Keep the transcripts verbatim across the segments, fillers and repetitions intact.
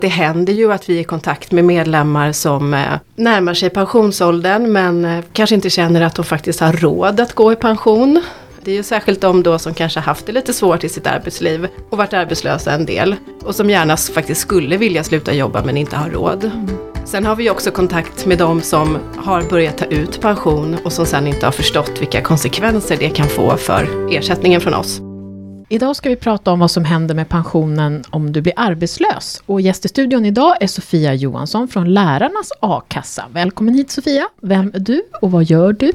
Det händer ju att vi är i kontakt med medlemmar som eh, närmar sig pensionsåldern men eh, kanske inte känner att de faktiskt har råd att gå i pension. Det är ju särskilt de då som kanske haft det lite svårt i sitt arbetsliv och varit arbetslösa en del. Och som gärna faktiskt skulle vilja sluta jobba men inte har råd. Mm. Sen har vi också kontakt med de som har börjat ta ut pension och som sen inte har förstått vilka konsekvenser det kan få för ersättningen från oss. Idag ska vi prata om vad som händer med pensionen om du blir arbetslös. Och gäst i studion idag är Sofia Johansson från Lärarnas A-kassa. Välkommen hit Sofia. Vem är du och vad gör du?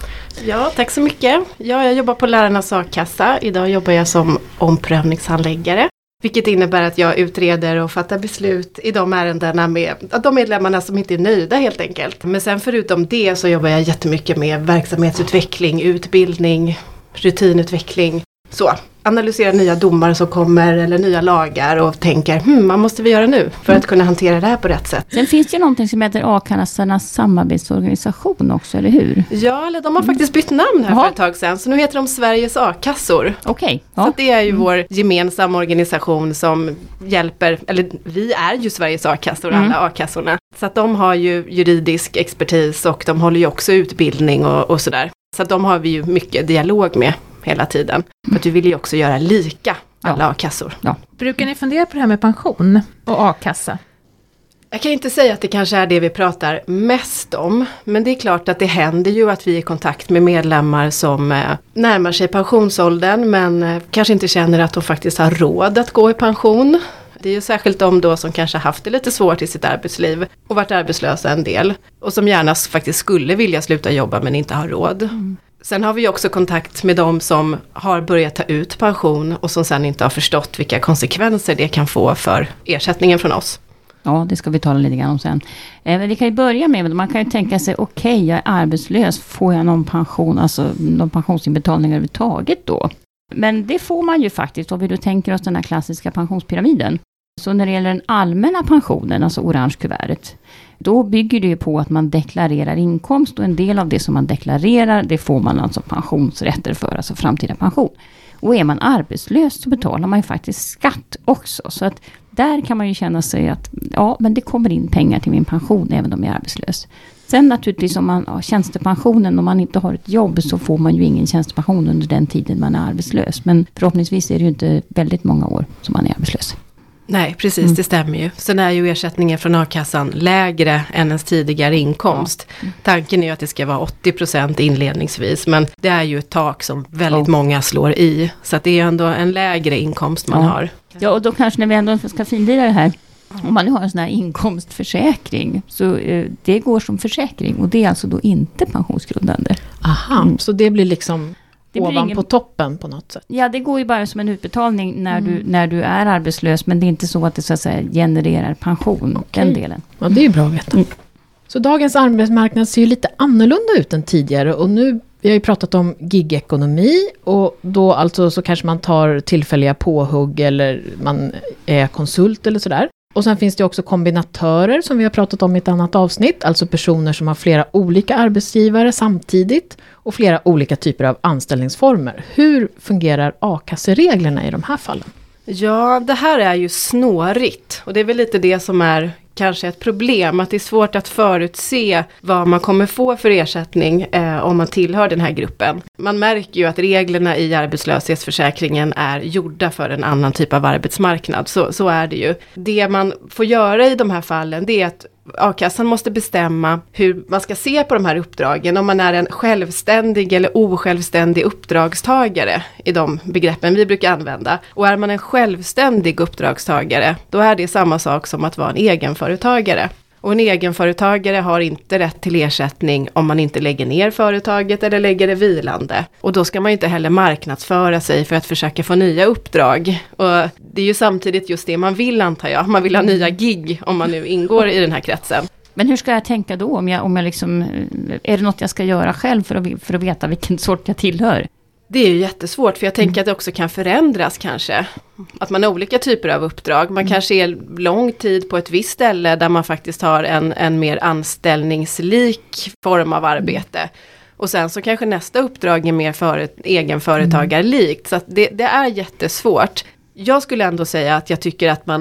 Ja, tack så mycket. Ja, jag jobbar på Lärarnas A-kassa. Idag jobbar jag som omprövningshandläggare. Vilket innebär att jag utreder och fattar beslut i de ärendena med de medlemmarna som inte är nöjda helt enkelt. Men sen förutom det så jobbar jag jättemycket med verksamhetsutveckling, utbildning, rutinutveckling. Så, analysera nya domar som kommer eller nya lagar och tänker, hm, vad måste vi göra nu för att kunna hantera det här på rätt sätt. Sen finns det ju någonting som heter A-kassornas samarbetsorganisation också, eller hur? Ja, eller de har faktiskt bytt namn här Aha. för ett tag sedan, så nu heter de Sveriges A-kassor. Okej. Okay. Ja. Så det är ju mm. vår gemensamma organisation som hjälper, eller vi är ju Sveriges A-kassor, mm. alla A-kassorna. Så att de har ju juridisk expertis och de håller ju också utbildning och, och sådär. Så att de har vi ju mycket dialog med hela tiden. För att vi vill ju också göra lika alla ja. A-kassor. Ja. Brukar ni fundera på det här med pension och A-kassa? Jag kan inte säga att det kanske är det vi pratar mest om. Men det är klart att det händer ju att vi är i kontakt med medlemmar som eh, närmar sig pensionsåldern. Men eh, kanske inte känner att de faktiskt har råd att gå i pension. Det är ju särskilt de då som kanske haft det lite svårt i sitt arbetsliv och varit arbetslösa en del. Och som gärna faktiskt skulle vilja sluta jobba men inte har råd. Mm. Sen har vi också kontakt med de som har börjat ta ut pension och som sen inte har förstått vilka konsekvenser det kan få för ersättningen från oss. Ja, det ska vi tala lite grann om sen. Eh, vi kan ju börja med, man kan ju tänka sig, okej, okay, jag är arbetslös, får jag någon pension, alltså någon pensionsinbetalning överhuvudtaget då? Men det får man ju faktiskt, om vi då tänker oss den här klassiska pensionspyramiden. Så när det gäller den allmänna pensionen, alltså orange kuvertet, då bygger det ju på att man deklarerar inkomst och en del av det som man deklarerar, det får man alltså pensionsrätter för, alltså framtida pension. Och är man arbetslös så betalar man ju faktiskt skatt också. Så att där kan man ju känna sig att ja, men det kommer in pengar till min pension även om jag är arbetslös. Sen naturligtvis om man har tjänstepensionen, om man inte har ett jobb så får man ju ingen tjänstepension under den tiden man är arbetslös. Men förhoppningsvis är det ju inte väldigt många år som man är arbetslös. Nej, precis, mm. det stämmer ju. Sen är ju ersättningen från A-kassan lägre än ens tidigare inkomst. Ja. Tanken är ju att det ska vara åttio procent inledningsvis, men det är ju ett tak som väldigt oh. många slår i. Så att det är ändå en lägre inkomst man ja. har. Ja, och då kanske när vi ändå ska finlira det här, om man nu har en sån här inkomstförsäkring, så eh, det går som försäkring och det är alltså då inte pensionsgrundande. Aha, mm. så det blir liksom... Det blir ovan ingen... på toppen på något sätt. Ja, det går ju bara som en utbetalning när, mm. du, när du är arbetslös. Men det är inte så att det så att säga genererar pension, okay. den delen. Ja, det är ju bra att veta. Mm. Så dagens arbetsmarknad ser ju lite annorlunda ut än tidigare. Och nu, vi har ju pratat om gigekonomi. Och då alltså så kanske man tar tillfälliga påhugg eller man är konsult eller sådär. Och sen finns det också kombinatörer som vi har pratat om i ett annat avsnitt. Alltså personer som har flera olika arbetsgivare samtidigt och flera olika typer av anställningsformer. Hur fungerar a-kassereglerna i de här fallen? Ja, det här är ju snårigt och det är väl lite det som är kanske ett problem. Att det är svårt att förutse vad man kommer få för ersättning eh, om man tillhör den här gruppen. Man märker ju att reglerna i arbetslöshetsförsäkringen är gjorda för en annan typ av arbetsmarknad. Så, så är det ju. Det man får göra i de här fallen det är att A-kassan måste bestämma hur man ska se på de här uppdragen. Om man är en självständig eller osjälvständig uppdragstagare i de begreppen vi brukar använda. Och är man en självständig uppdragstagare, då är det samma sak som att vara en egenföretagare. Och en egenföretagare har inte rätt till ersättning om man inte lägger ner företaget eller lägger det vilande. Och då ska man inte heller marknadsföra sig för att försöka få nya uppdrag. Och det är ju samtidigt just det man vill, antar jag. Man vill ha nya gig om man nu ingår i den här kretsen. Men hur ska jag tänka då? Om jag, om jag liksom, är det något jag ska göra själv för att, för att veta vilken sort jag tillhör? Det är ju jättesvårt, för jag tänker att det också kan förändras kanske. Att man har olika typer av uppdrag. Man kanske är lång tid på ett visst ställe där man faktiskt har en, en mer anställningslik form av arbete. Och sen så kanske nästa uppdrag är mer för, egenföretagarlikt. Så att det, det är jättesvårt. Jag skulle ändå säga att jag tycker att man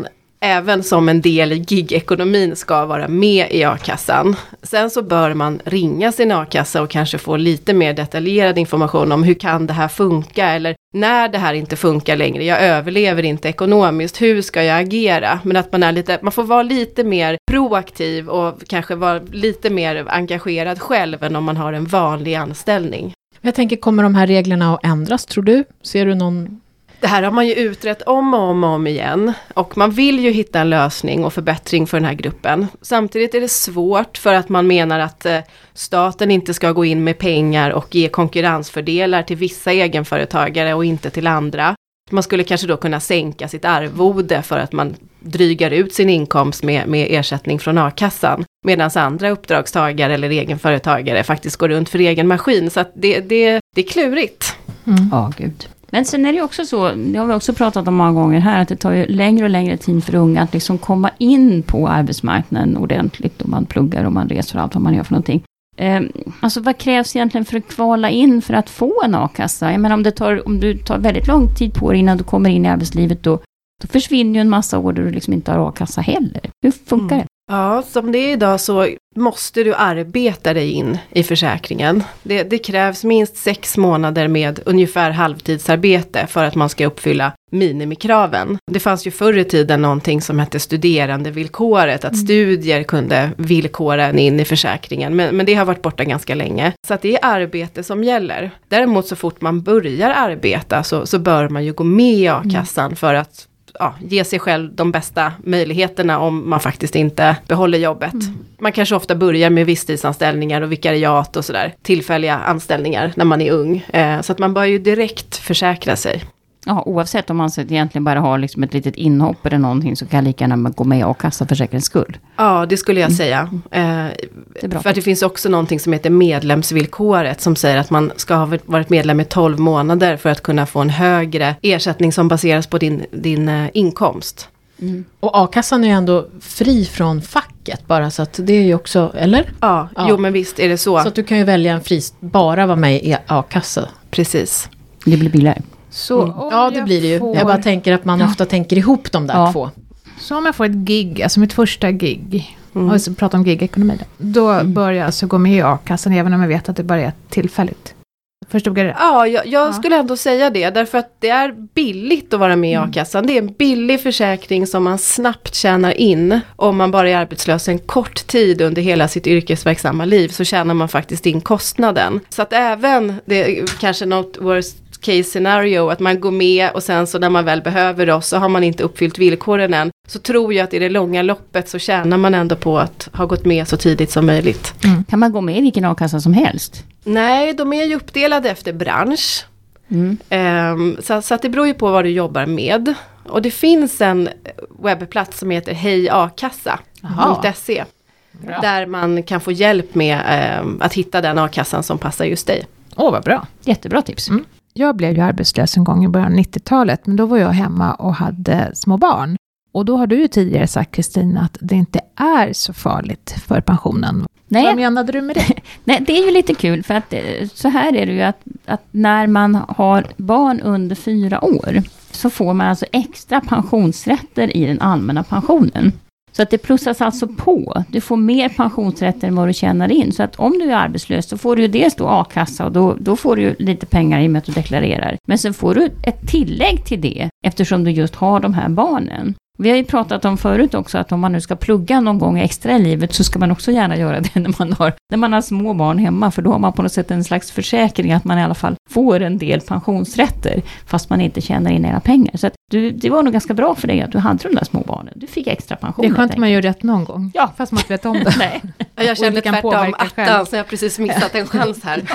även som en del i gigekonomin ska vara med i a-kassan. Sen så bör man ringa sin a-kassa och kanske få lite mer detaljerad information om hur kan det här funka eller när det här inte funkar längre. Jag överlever inte ekonomiskt, hur ska jag agera? Men att man är lite, man får vara lite mer proaktiv och kanske vara lite mer engagerad själv än om man har en vanlig anställning. Jag tänker, kommer de här reglerna att ändras, tror du? Ser du någon... Det här har man ju utrett om och om och om igen och man vill ju hitta en lösning och förbättring för den här gruppen. Samtidigt är det svårt för att man menar att eh, staten inte ska gå in med pengar och ge konkurrensfördelar till vissa egenföretagare och inte till andra. Man skulle kanske då kunna sänka sitt arvode för att man drygar ut sin inkomst med, med ersättning från a-kassan. Medan andra uppdragstagare eller egenföretagare faktiskt går runt för egen maskin. Så att det, det, det är klurigt. Mm. Ja, gud. Men sen är det ju också så, det har vi också pratat om många gånger här, att det tar ju längre och längre tid för unga att liksom komma in på arbetsmarknaden ordentligt, och man pluggar och man reser och allt vad man gör för någonting. Eh, alltså vad krävs egentligen för att kvala in för att få en a-kassa? Jag menar, om, det tar, om du tar väldigt lång tid på dig innan du kommer in i arbetslivet, då, då försvinner ju en massa år där du liksom inte har a-kassa heller. Hur funkar mm. det? Ja, som det är idag så måste du arbeta dig in i försäkringen. Det, det krävs minst sex månader med ungefär halvtidsarbete för att man ska uppfylla minimikraven. Det fanns ju förr i tiden någonting som hette studerandevillkoret, att mm. studier kunde villkora en in i försäkringen, men, men det har varit borta ganska länge. Så att det är arbete som gäller. Däremot så fort man börjar arbeta så, så bör man ju gå med i a-kassan mm. för att ja, ge sig själv de bästa möjligheterna om man faktiskt inte behåller jobbet. Mm. Man kanske ofta börjar med visstidsanställningar och vikariat och sådär. Tillfälliga anställningar när man är ung. Eh, så att man bör ju direkt försäkra sig. Ja, oavsett om man egentligen bara har liksom ett litet inhopp eller någonting, så kan lika gärna gå med i a-kassa för säkerhets skull. Ja, det skulle jag säga. Eh, det är bra. För att det finns också någonting som heter medlemsvillkoret som säger att man ska ha varit medlem i tolv månader för att kunna få en högre ersättning som baseras på din, din eh, inkomst. Mm. Och a-kassan är ju ändå fri från facket bara, så att det är ju också, eller? Ja, ja, jo men visst är det så. Så att du kan ju välja en fri, bara vara med i a-kassa. Precis. Det blir billigare. Så mm. Ja, det blir det ju. Får... Jag bara tänker att man ja. ofta tänker ihop de där ja. två. Så om jag får ett gig, alltså mitt första gig, mm. och vi pratar om gigekonomi då, då mm. börjar jag alltså gå med i a-kassan även om jag vet att det bara är tillfälligt. Förstod jag det? Ja, jag, jag ja. skulle ändå säga det. Därför att det är billigt att vara med i mm. a-kassan. Det är en billig försäkring som man snabbt tjänar in. Om man bara är arbetslös en kort tid under hela sitt yrkesverksamma liv, så tjänar man faktiskt in kostnaden. Så att även, det är kanske något worst case scenario, att man går med och sen så när man väl behöver oss så har man inte uppfyllt villkoren än. Så tror jag att i det långa loppet så tjänar man ändå på att ha gått med så tidigt som möjligt. Mm. Kan man gå med i vilken a-kassa som helst? Nej, de är ju uppdelade efter bransch. Mm. Um, så, så att det beror ju på vad du jobbar med. Och det finns en webbplats som heter hej a kassa punkt se. Bra. Där man kan få hjälp med um, att hitta den a-kassan som passar just dig. Åh, oh, vad bra. Jättebra tips. Mm. Jag blev ju arbetslös en gång i början av nittiotalet, men då var jag hemma och hade små barn. Och då har du ju tidigare sagt, Kristina, att det inte är så farligt för pensionen. Nej. Vad menade du med det? Nej, det är ju lite kul, för att så här är det ju att, att när man har barn under fyra år så får man alltså extra pensionsrätter i den allmänna pensionen. Så att det plussas alltså på. Du får mer pensionsrätter än vad du tjänar in. Så att om du är arbetslös så får du ju dels då a-kassa, och då, då får du ju lite pengar i och med att du deklarerar. Men sen får du ett tillägg till det eftersom du just har de här barnen. Vi har ju pratat om förut också att om man nu ska plugga någon gång extra i livet så ska man också gärna göra det när man har, när man har små barn hemma. För då har man på något sätt en slags försäkring att man i alla fall får en del pensionsrätter fast man inte tjänar in era pengar. Så att du, det var nog ganska bra för dig att du hade de där små barnen. Du fick extra pension. Det är skönt att man gör rätt någon gång. Ja. Fast man inte vet om det. Nej. Jag kände tvärtom attan, så jag har precis missat en chans här.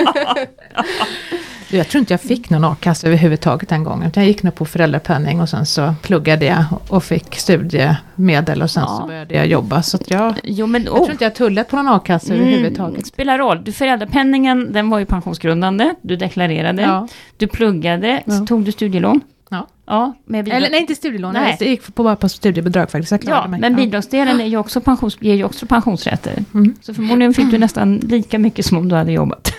Jag tror inte jag fick någon a-kassa överhuvudtaget en gång. Jag gick nog på föräldrapenning och sen så pluggade jag och fick studiemedel och sen ja. så började jag jobba. Så att jag, jo, men, jag tror inte jag tullat på någon a-kassa mm, överhuvudtaget. Spelar roll. Du, föräldrapenningen, den var ju pensionsgrundande. Du deklarerade. Ja. Du pluggade. Ja. Tog du studielån? Ja. Ja, med bidrag... Eller nej, inte studielån. Nej. Jag gick på bara på studiebidrag faktiskt. Jag ja, mig. men bidragsdelen är ju också pensions, ger ju också pensionsrätter. Mm. Så förmodligen fick du nästan lika mycket som om du hade jobbat.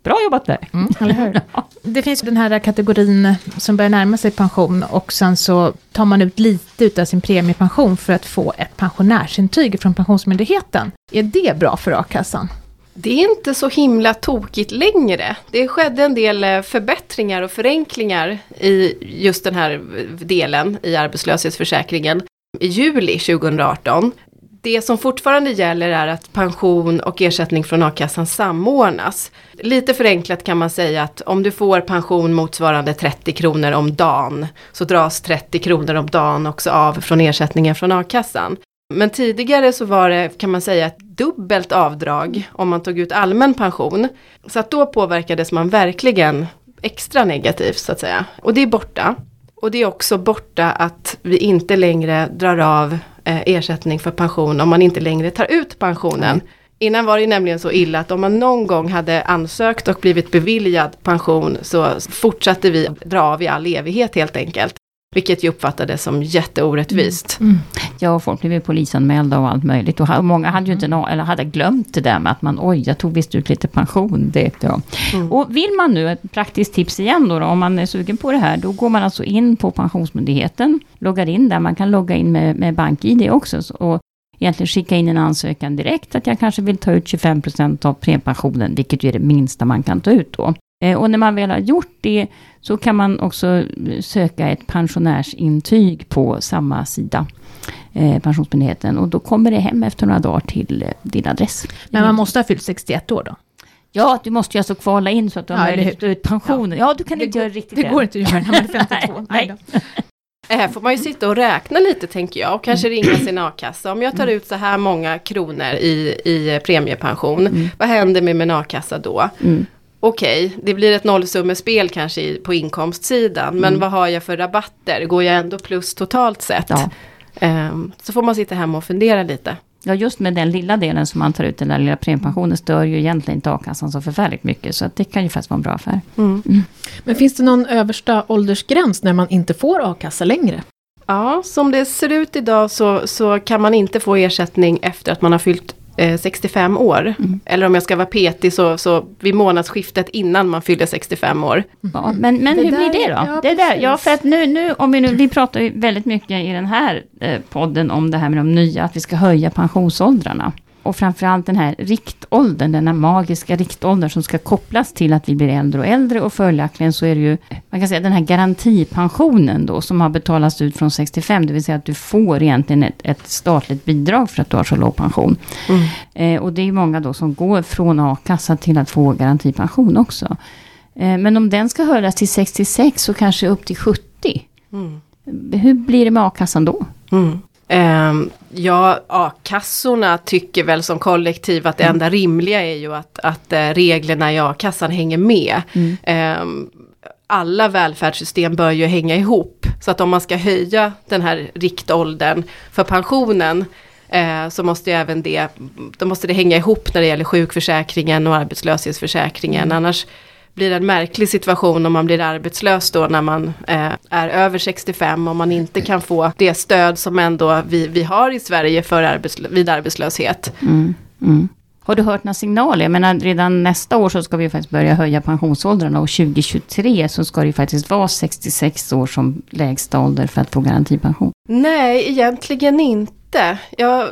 Bra jobbat där. Mm, eller hur? Det finns den här kategorin som börjar närma sig pension och sen så tar man ut lite av sin premiepension för att få ett pensionärsintyg från Pensionsmyndigheten. Är det bra för a-kassan? Det är inte så himla tokigt längre. Det skedde en del förbättringar och förenklingar i just den här delen i arbetslöshetsförsäkringen i juli tjugoarton. Det som fortfarande gäller är att pension och ersättning från a-kassan samordnas. Lite förenklat kan man säga att om du får pension motsvarande trettio kronor om dagen så dras trettio kronor om dagen också av från ersättningen från a-kassan. Men tidigare så var det, kan man säga, ett dubbelt avdrag om man tog ut allmän pension. Så att då påverkades man verkligen extra negativt så att säga. Och det är borta. Och det är också borta att vi inte längre drar av eh, ersättning för pension om man inte längre tar ut pensionen. Mm. Innan var det nämligen så illa att om man någon gång hade ansökt och blivit beviljad pension så fortsatte vi dra av i all evighet helt enkelt. Vilket ju uppfattades som jätteorättvist. Mm. Ja, och folk blev polisanmälda och allt möjligt. Och många hade ju inte nå- eller hade glömt det där med att man, oj, jag tog visst ut lite pension. Det, ja. Mm. Och vill man nu, ett praktiskt tips igen då, då, om man är sugen på det här, då går man alltså in på Pensionsmyndigheten, loggar in där, man kan logga in med, med BankID också. Och egentligen skicka in en ansökan direkt att jag kanske vill ta ut tjugofem procent av premiepensionen, vilket ju är det minsta man kan ta ut då. Och när man väl har gjort det så kan man också söka ett pensionärsintyg på samma sida, eh, Pensionsmyndigheten. Och då kommer det hem efter några dagar till eh, din adress. Men man måste ha fyllt sextioett år då? Ja, du måste ju alltså kvala in så att du har möjlighet att ta ut pensionen. Ja, ja, du kan det inte går, göra riktigt det. Det går inte att göra när man är femtiotvå. Nej. Nej. Här får man ju sitta och räkna lite tänker jag och kanske ringa sin a-kassa. Om jag tar ut så här många kronor i, i premiepension, mm. vad händer med min a-kassa då? Mm. Okej, det blir ett nollsummespel kanske i, på inkomstsidan. Mm. Men vad har jag för rabatter? Går jag ändå plus totalt sett? Ja. Um, så får man sitta hemma och fundera lite. Ja, just med den lilla delen som man tar ut, den där lilla premiepensionen, stör ju egentligen inte a-kassan så förfärligt mycket. Så att det kan ju faktiskt vara en bra affär. Mm. Mm. Men finns det någon översta åldersgräns när man inte får a-kassa längre? Ja, som det ser ut idag så, så kan man inte få ersättning efter att man har fyllt eh, sextiofem år. Mm. Eller om jag ska vara petig så, så vid månadsskiftet innan man fyller sextiofem år. Mm. Ja, men men hur blir det då? Ja, det där, ja, för att nu, nu, om vi nu, vi pratar ju väldigt mycket i den här eh, podden om det här med de nya, att vi ska höja pensionsåldrarna. Och framförallt den här riktåldern, den här magiska riktåldern som ska kopplas till att vi blir äldre och äldre. Och följaktligen så är det ju, man kan säga den här garantipensionen då som har betalats ut från sextiofem. Det vill säga att du får egentligen ett, ett statligt bidrag för att du har så låg pension. Mm. Eh, och det är ju många då som går från a-kassa till att få garantipension också. Eh, men om den ska höras till sextiosex så kanske upp till sjuttio. Mm. Hur blir det med a-kassan då? Mm. Um, ja, a-kassorna tycker väl som kollektiv att det enda rimliga är ju att, att uh, reglerna i a-kassan hänger med. Mm. Um, alla välfärdssystem bör ju hänga ihop. Så att om man ska höja den här riktåldern för pensionen uh, så måste ju även det, då måste det hänga ihop när det gäller sjukförsäkringen och arbetslöshetsförsäkringen. Mm. Annars blir det en märklig situation om man blir arbetslös då när man eh, är över sextiofem och man inte kan få det stöd som ändå vi, vi har i Sverige för arbetslö- vid arbetslöshet. Mm, mm. Har du hört några signaler? Jag menar, redan nästa år så ska vi faktiskt börja höja pensionsåldrarna och tjugo tjugotre så ska det ju faktiskt vara sextiosex år som lägsta ålder för att få garantipension. Nej, egentligen inte. Jag...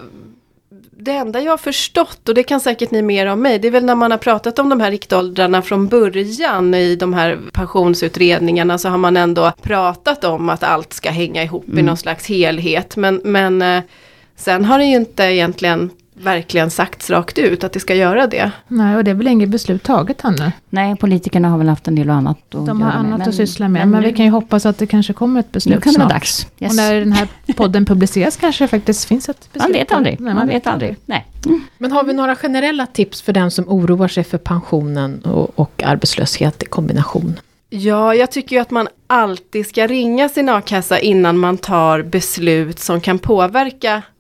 Det enda jag har förstått, och det kan säkert ni mer om mig, det är väl när man har pratat om de här riktåldrarna från början i de här pensionsutredningarna så har man ändå pratat om att allt ska hänga ihop mm. i någon slags helhet. Men, men eh, sen har det ju inte egentligen verkligen sagts rakt ut att det ska göra det. Nej, och det är väl inget beslut taget, Hanna? Nej, politikerna har väl haft en del och annat att De har göra annat med. att syssla med, men, men nu, vi kan ju hoppas att det kanske kommer ett beslut nu kan det snart. vara dags. Yes. Och när den här podden publiceras kanske det faktiskt finns ett beslut. Man vet aldrig. Nej, man, man vet, vet aldrig. aldrig. Nej. Mm. Men har vi några generella tips för den som oroar sig för pensionen och, och arbetslöshet i kombination? Ja, jag tycker ju att man alltid ska ringa sin a-kassa innan man tar beslut som kan påverka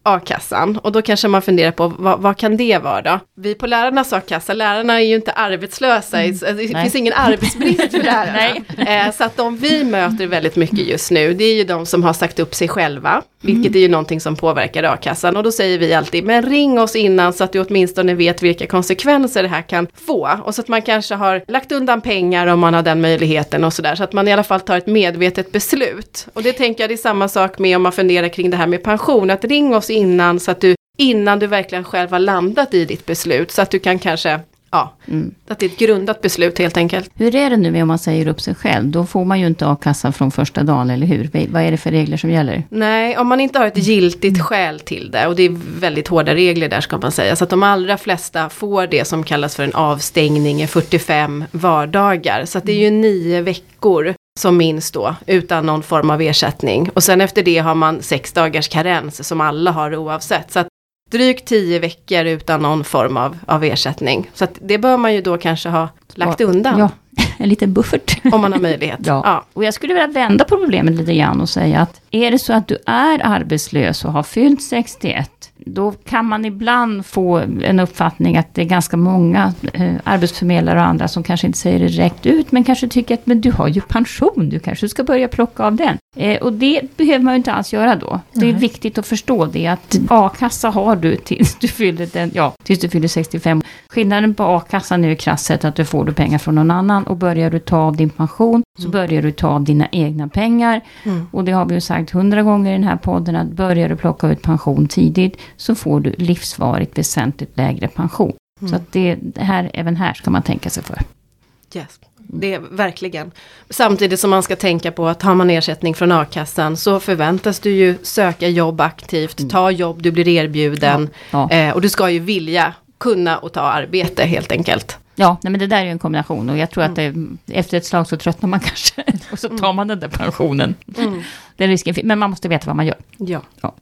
a-kassan. Och då kanske man funderar på, vad, vad kan det vara då? Vi på lärarnas a-kassa, lärarna är ju inte arbetslösa. Mm. Det Nej. finns ingen arbetsbrist för lärarna. Så att de vi möter väldigt mycket just nu, det är ju de som har sagt upp sig själva. Vilket mm. är ju någonting som påverkar a-kassan. Och då säger vi alltid, men ring oss innan så att du åtminstone vet vilka konsekvenser det här kan få. Och så att man kanske har lagt undan pengar om man har den möjligheten och sådär. Så att man i alla fall tar ett medvetet beslut. Och det tänker jag, det är samma sak med om man funderar kring det här med pension. Att ring oss innan så att du, innan du verkligen själv har landat i ditt beslut. Så att du kan kanske... Ja, mm. att det är ett grundat beslut helt enkelt. Hur är det nu om man säger upp sig själv? Då får man ju inte a-kassa från första dagen, eller hur? Vad är det för regler som gäller? Nej, om man inte har ett giltigt skäl till det. Och det är väldigt hårda regler där ska man säga. Så att de allra flesta får det som kallas för en avstängning i fyrtiofem vardagar. Så att det är ju nio veckor som minst då, utan någon form av ersättning. Och sen efter det har man sex dagars karens som alla har oavsett. Så att drygt tio veckor utan någon form av, av ersättning. Så att det bör man ju då kanske ha lagt undan. Ja, en liten buffert. Om man har möjlighet. Ja. Ja. Och jag skulle vilja vända på problemet lite grann och säga att är det så att du är arbetslös och har fyllt sextioett, då kan man ibland få en uppfattning att det är ganska många eh, arbetsförmedlare och andra som kanske inte säger det rätt ut, men kanske tycker att men du har ju pension, du kanske ska börja plocka av den. Eh, och det behöver man ju inte alls göra då. Det är mm. viktigt att förstå det, att a-kassa har du tills du fyller den, ja, tills du fyller sextiofem. Skillnaden på a-kassan är ju krasset att du får du pengar från någon annan, och börjar du ta av din pension så börjar du ta av dina egna pengar. Mm. Och det har vi ju sagt hundra gånger i den här podden, att börjar du plocka ut pension tidigt så får du livsvarigt väsentligt lägre pension. Mm. Så att det, det här, även här ska man tänka sig för. Yes. Det är verkligen. Samtidigt som man ska tänka på att har man ersättning från a-kassan så förväntas du ju söka jobb aktivt, mm. ta jobb du blir erbjuden ja. Ja. Eh, och du ska ju vilja kunna och ta arbete helt enkelt. Ja, nej, men det där är ju en kombination, och jag tror att det, efter ett slag så tröttnar man kanske och så tar man den där pensionen. Mm. Det är risken, men man måste veta vad man gör. Ja. Ja.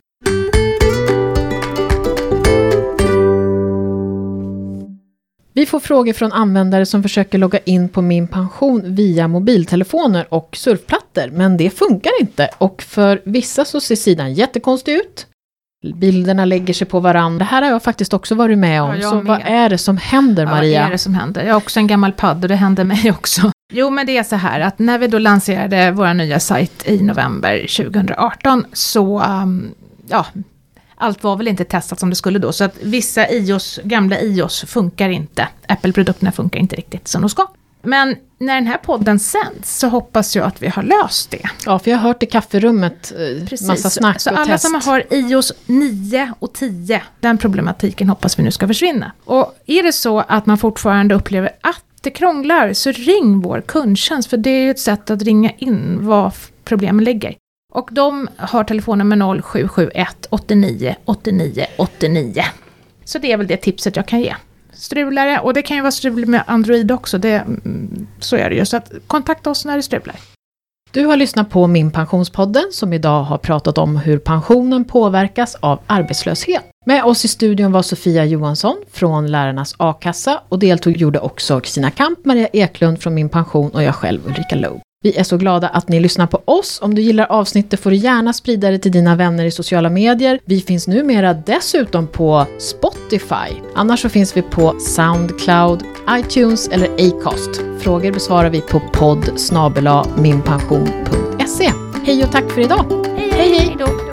Vi får frågor från användare som försöker logga in på Min pension via mobiltelefoner och surfplattor, men det funkar inte, och för vissa så ser sidan jättekonstig ut. Bilderna lägger sig på varandra. Det här har jag faktiskt också varit med om. Ja, så med. Vad är det som händer, Maria? Ja, vad är det som händer? Jag har också en gammal padd och det händer mig också. Jo, men det är så här att när vi då lanserade våra nya sajt i november tjugoarton så, um, ja, allt var väl inte testat som det skulle då. Så att vissa iOS, gamla iOS funkar inte. Apple-produkterna funkar inte riktigt som de ska. Men när den här podden sänds så hoppas jag att vi har löst det. Ja, för jag har hört i kafferummet eh, massa snack så och alla test. Som har iOS nio och tio, den problematiken hoppas vi nu ska försvinna. Och är det så att man fortfarande upplever att det krånglar, så ring vår kundtjänst, för det är ju ett sätt att ringa in vad problemen ligger. Och de har telefonnummer noll sju sju ett åtta nio åtta nio åtta nio. Så det är väl det tipset jag kan ge. Strulare, och det kan ju vara strul med Android också, det, så är det ju. Så att kontakta oss när det strular. Du har lyssnat på Min pensionspodden som idag har pratat om hur pensionen påverkas av arbetslöshet. Med oss i studion var Sofia Johansson från Lärarnas a-kassa, och deltog gjorde också Kristina Kamp, Maria Eklund från Min pension och jag själv, Ulrika Loeb. Vi är så glada att ni lyssnar på oss. Om du gillar avsnittet får du gärna sprida det till dina vänner i sociala medier. Vi finns numera dessutom på Spotify. Annars så finns vi på Soundcloud, iTunes eller Acast. Frågor besvarar vi på podd snabel-a minpension punkt se. Hej och tack för idag. Hej hej. Hej då.